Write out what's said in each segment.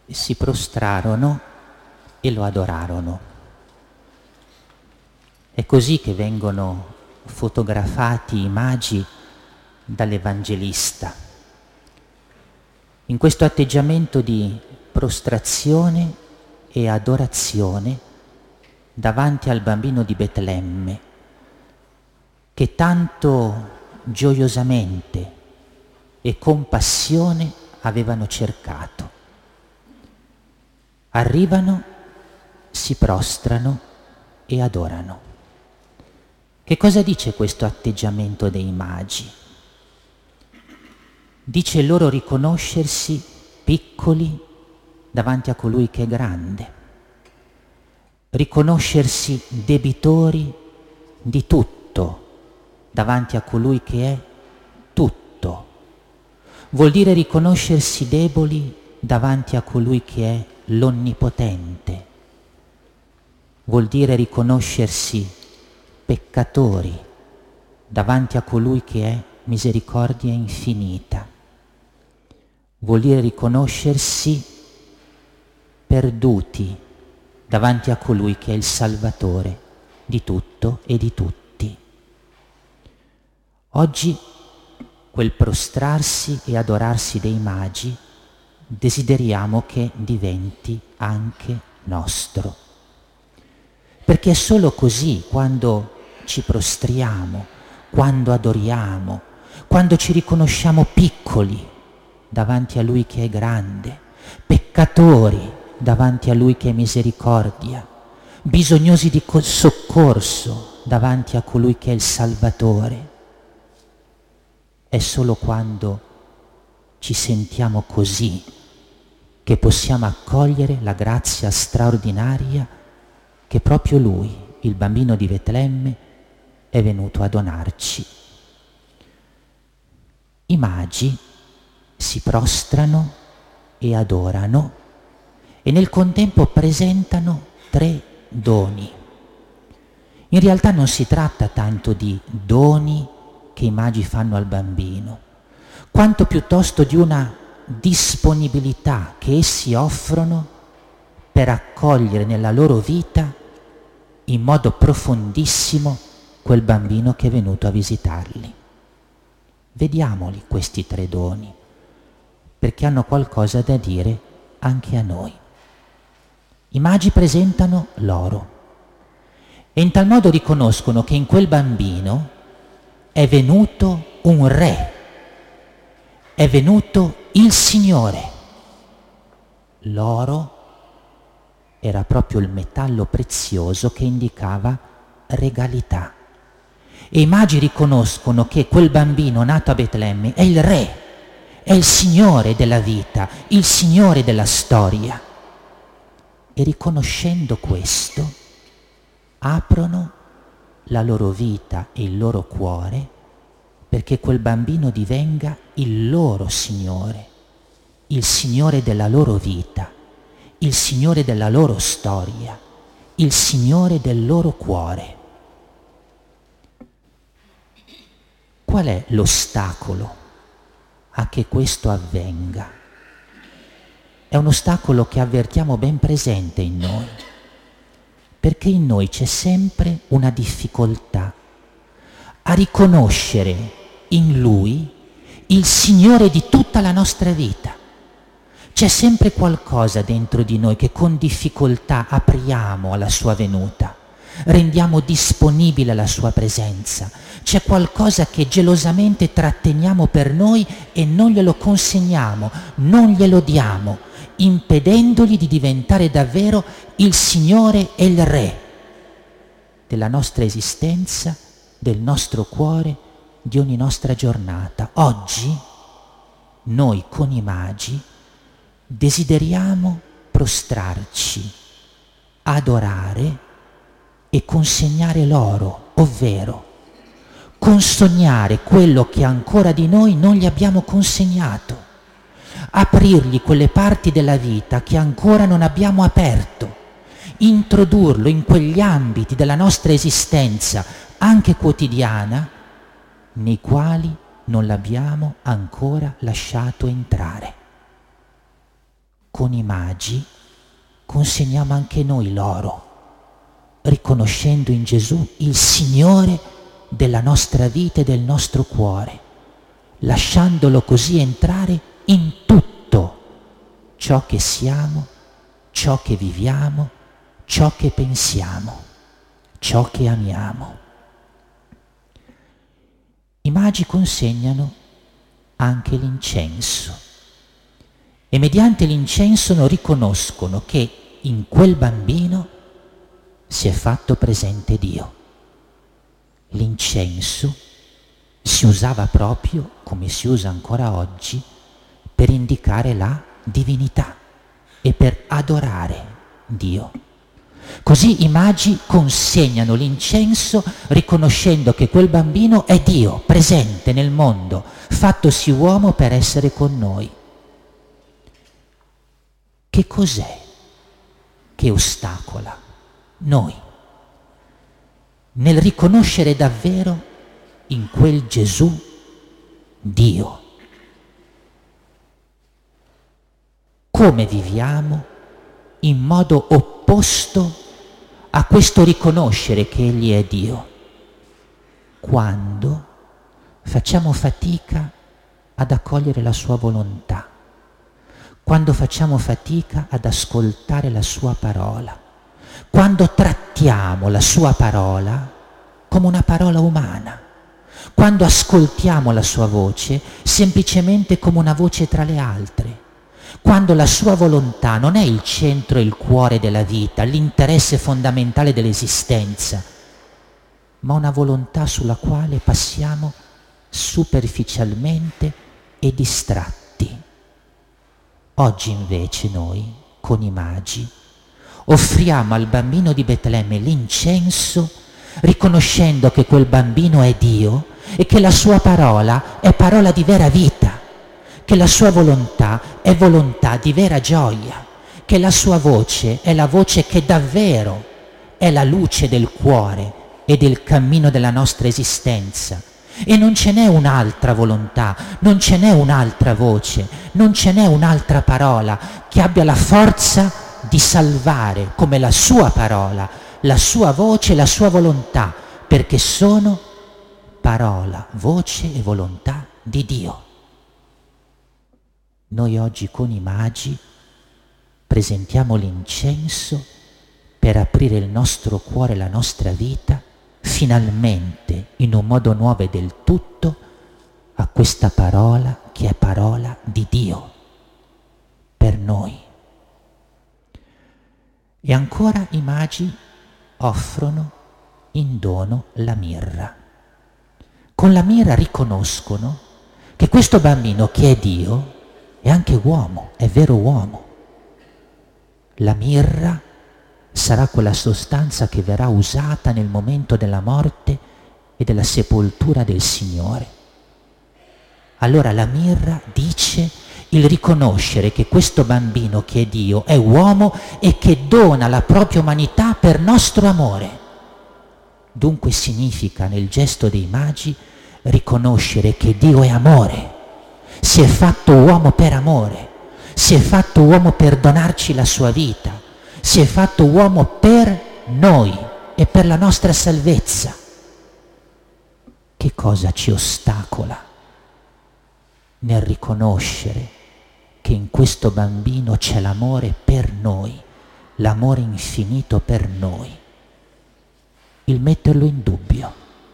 si prostrarono e lo adorarono. È così che vengono fotografati i magi dall'Evangelista, in questo atteggiamento di prostrazione e adorazione davanti al bambino di Betlemme, che tanto gioiosamente e con passione avevano cercato. Arrivano, si prostrano e adorano. Che cosa dice questo atteggiamento dei magi? Dice loro riconoscersi piccoli davanti a colui che è grande, riconoscersi debitori di tutto davanti a colui che è tutto. Vuol dire riconoscersi deboli davanti a colui che è l'Onnipotente. Vuol dire riconoscersi peccatori davanti a colui che è misericordia infinita. Vuol dire riconoscersi perduti davanti a colui che è il Salvatore di tutto e di tutti. Oggi quel prostrarsi e adorarsi dei magi desideriamo che diventi anche nostro, perché è solo così, quando ci prostriamo, quando adoriamo, quando ci riconosciamo piccoli davanti a Lui che è grande, peccatori davanti a Lui che è misericordia, bisognosi di soccorso davanti a colui che è il Salvatore. È solo quando ci sentiamo così che possiamo accogliere la grazia straordinaria che proprio Lui, il bambino di Betlemme, è venuto a donarci. I magi si prostrano e adorano e nel contempo presentano 3 doni. In realtà non si tratta tanto di doni che i magi fanno al bambino, quanto piuttosto di una disponibilità che essi offrono per accogliere nella loro vita in modo profondissimo quel bambino che è venuto a visitarli. Vediamoli questi 3 doni, perché hanno qualcosa da dire anche a noi. I magi presentano l'oro e in tal modo riconoscono che in quel bambino è venuto un re, è venuto il Signore. L'oro era proprio il metallo prezioso che indicava regalità. E i magi riconoscono che quel bambino nato a Betlemme è il re, è il Signore della vita, il Signore della storia. E riconoscendo questo, aprono la loro vita e il loro cuore perché quel bambino divenga il loro Signore, il Signore della loro vita, il Signore della loro storia, il Signore del loro cuore. Qual è l'ostacolo a che questo avvenga? È un ostacolo che avvertiamo ben presente in noi, perché in noi c'è sempre una difficoltà a riconoscere in Lui il Signore di tutta la nostra vita. C'è sempre qualcosa dentro di noi che con difficoltà apriamo alla sua venuta, rendiamo disponibile la sua presenza. C'è qualcosa che gelosamente tratteniamo per noi e non glielo consegniamo, non glielo diamo, impedendogli di diventare davvero il Signore e il Re della nostra esistenza, del nostro cuore, di ogni nostra giornata. Oggi noi con i magi desideriamo prostrarci, adorare e consegnare l'oro, ovvero consognare quello che ancora di noi non gli abbiamo consegnato, aprirgli quelle parti della vita che ancora non abbiamo aperto, introdurlo in quegli ambiti della nostra esistenza, anche quotidiana, nei quali non l'abbiamo ancora lasciato entrare. con i magi consegniamo anche noi l'oro, riconoscendo in Gesù il Signore della nostra vita e del nostro cuore, lasciandolo così entrare in tutto ciò che siamo, ciò che viviamo, ciò che pensiamo, ciò che amiamo. I magi consegnano anche l'incenso e mediante l'incenso riconoscono che in quel bambino si è fatto presente Dio. L'incenso si usava proprio, come si usa ancora oggi, per indicare la divinità e per adorare Dio. Così i magi consegnano l'incenso riconoscendo che quel bambino è Dio, presente nel mondo, fattosi uomo per essere con noi. Che cos'è che ostacola noi nel riconoscere davvero in quel Gesù Dio? Come viviamo in modo opposto a questo riconoscere che Egli è Dio? Quando facciamo fatica ad accogliere la sua volontà, quando facciamo fatica ad ascoltare la sua parola, quando trattiamo la sua parola come una parola umana, quando ascoltiamo la sua voce semplicemente come una voce tra le altre, quando la sua volontà non è il centro e il cuore della vita, l'interesse fondamentale dell'esistenza, ma una volontà sulla quale passiamo superficialmente e distratti. Oggi invece noi, con i magi, offriamo al bambino di Betlemme l'incenso, riconoscendo che quel bambino è Dio e che la sua parola è parola di vera vita, che la sua volontà è volontà di vera gioia, che la sua voce è la voce che davvero è la luce del cuore e del cammino della nostra esistenza. E non ce n'è un'altra volontà, non ce n'è un'altra voce, non ce n'è un'altra parola che abbia la forza di salvare come la sua parola, la sua voce e la sua volontà, perché sono parola, voce e volontà di Dio. Noi oggi con i magi presentiamo l'incenso per aprire il nostro cuore e la nostra vita finalmente in un modo nuovo e del tutto a questa parola che è parola di Dio per noi. E ancora i magi offrono in dono la mirra. Con la mirra riconoscono che questo bambino che è Dio è anche uomo, è vero uomo. La mirra sarà quella sostanza che verrà usata nel momento della morte e della sepoltura del Signore. Allora la mirra dice il riconoscere che questo bambino che è Dio è uomo e che dona la propria umanità per nostro amore. Dunque significa nel gesto dei magi riconoscere che Dio è amore, si è fatto uomo per amore, si è fatto uomo per donarci la sua vita, si è fatto uomo per noi e per la nostra salvezza. Che cosa ci ostacola nel riconoscere che in questo bambino c'è l'amore per noi, l'amore infinito per noi? Il metterlo in dubbio,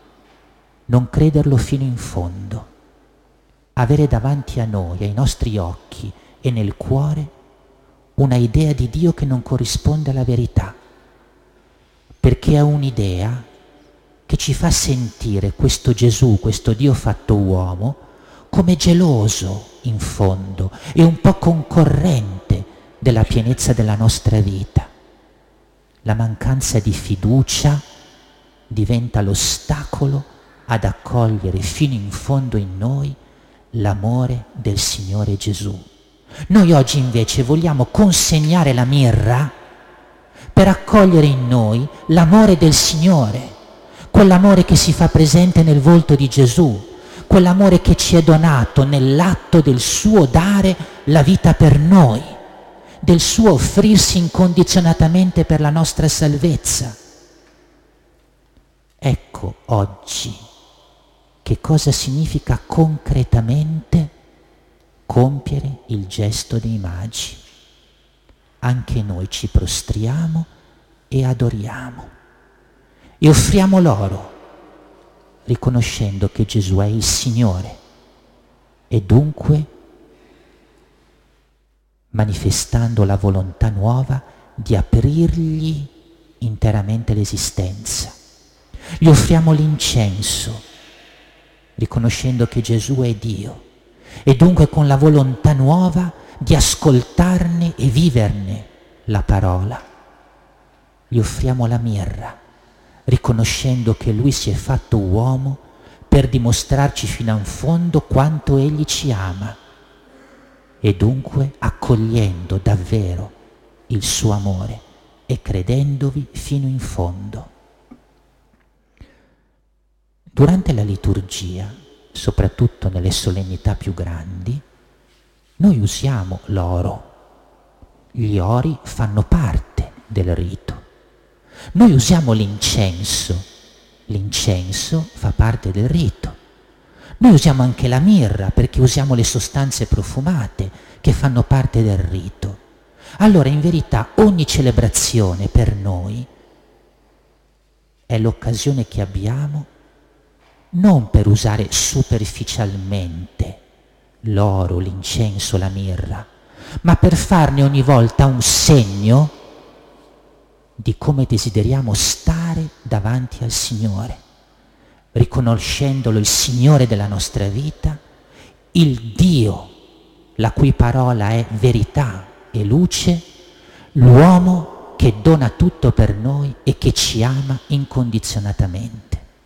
non crederlo fino in fondo, avere davanti a noi, ai nostri occhi e nel cuore una idea di Dio che non corrisponde alla verità, perché è un'idea che ci fa sentire questo Gesù, questo Dio fatto uomo, come geloso in fondo e un po' concorrente della pienezza della nostra vita. La mancanza di fiducia diventa l'ostacolo ad accogliere fino in fondo in noi l'amore del Signore Gesù. Noi oggi invece vogliamo consegnare la mirra per accogliere in noi l'amore del Signore, quell'amore che si fa presente nel volto di Gesù, quell'amore che ci è donato nell'atto del suo dare la vita per noi, del suo offrirsi incondizionatamente per la nostra salvezza. Ecco oggi che cosa significa concretamente compiere il gesto dei magi. Anche noi ci prostriamo e adoriamo e offriamo loro, riconoscendo che Gesù è il Signore e dunque manifestando la volontà nuova di aprirgli interamente l'esistenza. Gli offriamo l'incenso, riconoscendo che Gesù è Dio e dunque con la volontà nuova di ascoltarne e viverne la parola. Gli offriamo la mirra, riconoscendo che Lui si è fatto uomo per dimostrarci fino in fondo quanto Egli ci ama e dunque accogliendo davvero il suo amore e credendovi fino in fondo. Durante la liturgia, soprattutto nelle solennità più grandi, noi usiamo l'oro. Gli ori fanno parte del rito. Noi usiamo l'incenso. L'incenso fa parte del rito. Noi usiamo anche la mirra perché usiamo le sostanze profumate che fanno parte del rito. Allora, in verità, ogni celebrazione per noi è l'occasione che abbiamo non per usare superficialmente l'oro, l'incenso, la mirra, ma per farne ogni volta un segno di come desideriamo stare davanti al Signore, riconoscendolo il Signore della nostra vita, il Dio, la cui parola è verità e luce, l'uomo che dona tutto per noi e che ci ama incondizionatamente.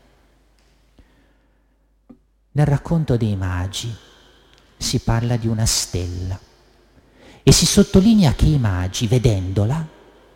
Nel racconto dei magi si parla di una stella e si sottolinea che i magi, vedendola,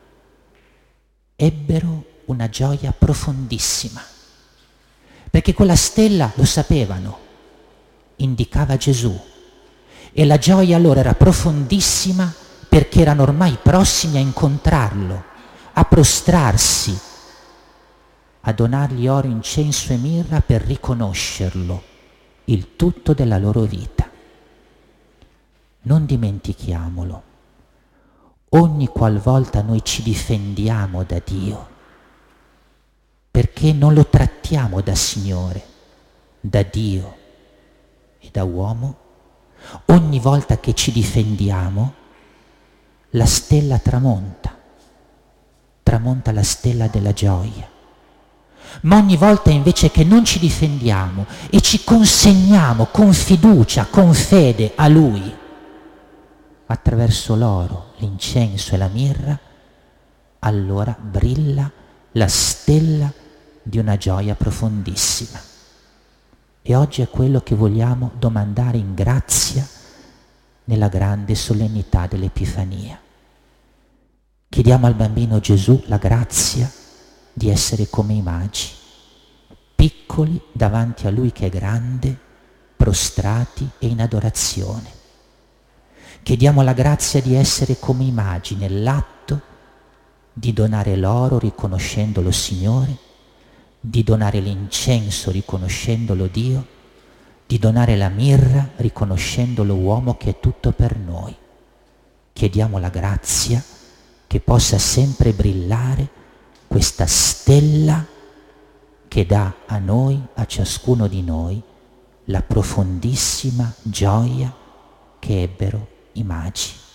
ebbero una gioia profondissima, perché quella stella, lo sapevano, indicava Gesù e la gioia loro era profondissima perché erano ormai prossimi a incontrarlo, a prostrarsi, a donargli oro, incenso e mirra per riconoscerlo, il tutto della loro vita. Non dimentichiamolo, ogni qualvolta noi ci difendiamo da Dio, perché non lo trattiamo da Signore, da Dio e da uomo, ogni volta che ci difendiamo, la stella tramonta la stella della gioia. Ma ogni volta invece che non ci difendiamo e ci consegniamo con fiducia, con fede a Lui, attraverso l'oro, l'incenso e la mirra, allora brilla la stella di una gioia profondissima. E oggi è quello che vogliamo domandare in grazia nella grande solennità dell'Epifania. Chiediamo al bambino Gesù la grazia di essere come i magi, piccoli davanti a Lui che è grande, prostrati e in adorazione. Chiediamo la grazia di essere come i magi nell'atto di donare l'oro riconoscendolo Signore, di donare l'incenso riconoscendolo Dio, di donare la mirra riconoscendolo uomo che è tutto per noi. Chiediamo la grazia che possa sempre brillare questa stella che dà a noi, a ciascuno di noi, la profondissima gioia che ebbero i magi.